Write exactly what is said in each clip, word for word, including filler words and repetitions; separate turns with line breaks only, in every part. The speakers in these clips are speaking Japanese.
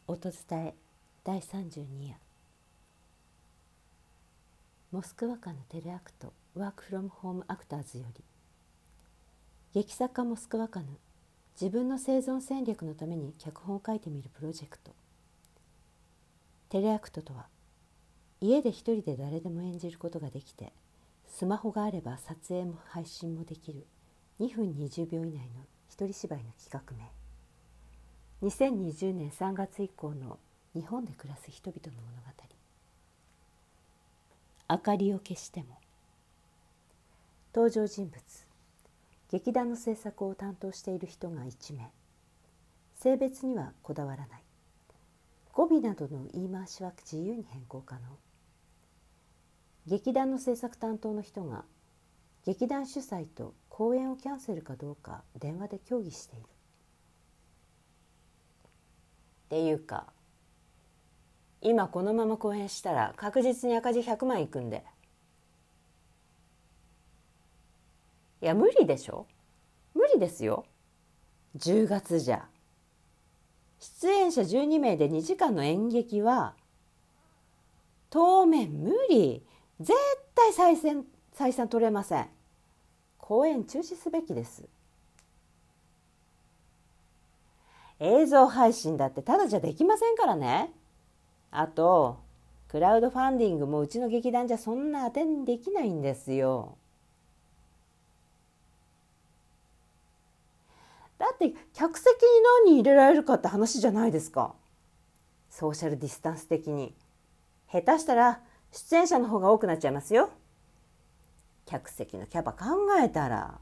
音伝えだいさんじゅうに夜、モスクワカのテレアクトワークフロムホームアクターズより、劇作家モスクワカヌ自分の生存戦略のために脚本を書いてみるプロジェクト。テレアクトとは、家で一人で誰でも演じることができて、スマホがあれば撮影も配信もできるにふんにじゅうびょう以内の一人芝居の企画名。にせんにじゅうねんさんがつ以降の日本で暮らす人々の物語。明かりを消しても。登場人物、劇団の制作を担当している人がいちめい。性別にはこだわらない。語尾などの言い回しは自由に変更可能。劇団の制作担当の人が劇団主催と公演をキャンセルかどうか電話で協議している。っていうか、今このまま公演したら確実に赤字ひゃくまんいくんで。いや無理でしょ。無理ですよ。じゅうがつじゃ。出演者じゅうにめいでにじかんの演劇は当面無理。絶対採算採算取れません。公演中止すべきです。映像配信だってただじゃできませんからね。あとクラウドファンディングもうちの劇団じゃそんな当てにできないんですよ。だって客席に何人入れられるかって話じゃないですか。ソーシャルディスタンス的に下手したら出演者の方が多くなっちゃいますよ。客席のキャパ考えたら。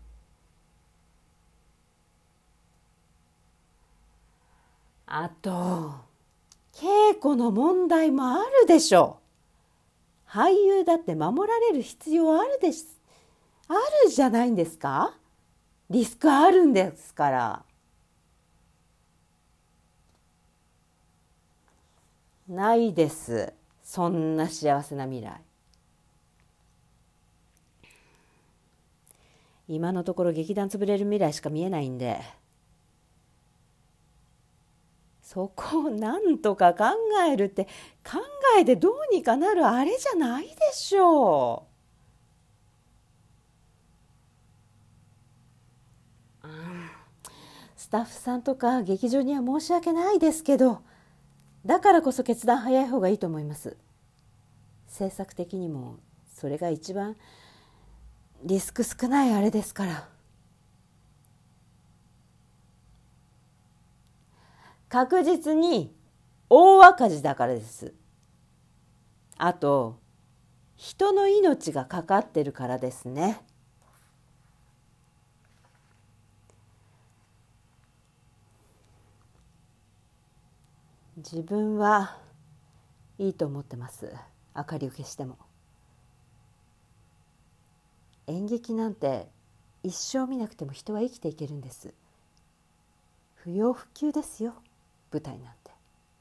あと稽古の問題もあるでしょう。俳優だって守られる必要あるです。あるじゃないんですか。リスクあるんですから。ないです。そんな幸せな未来。今のところ劇団潰れる未来しか見えないんで、そこをなんとか考えるって考えてどうにかなるあれじゃないでしょう。スタッフさんとか劇場には申し訳ないですけど、だからこそ決断早い方がいいと思います。制作的にもそれが一番リスク少ないあれですから。確実に大赤字だからです。あと人の命がかかってるからですね。自分はいいと思ってます。明かりを消しても。演劇なんて一生見なくても人は生きていけるんです。不要不急ですよ、舞台なんて。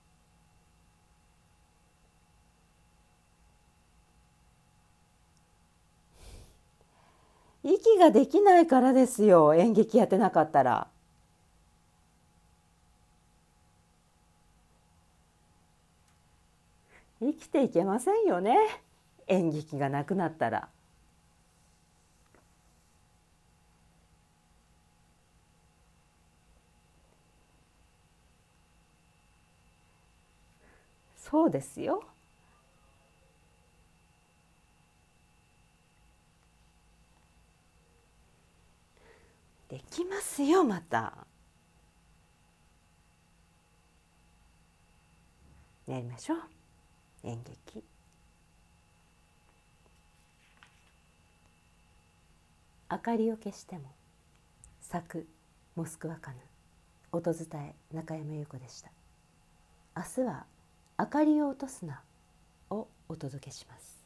息ができないからですよ、演劇やってなかったら。生きていけませんよね、演劇がなくなったら。そうですよ。できますよ、また。やりましょう、演劇。明かりを消しても。作モスクワカヌ、音伝え中山優子でした。明日は明かりを落とすなをお届けします。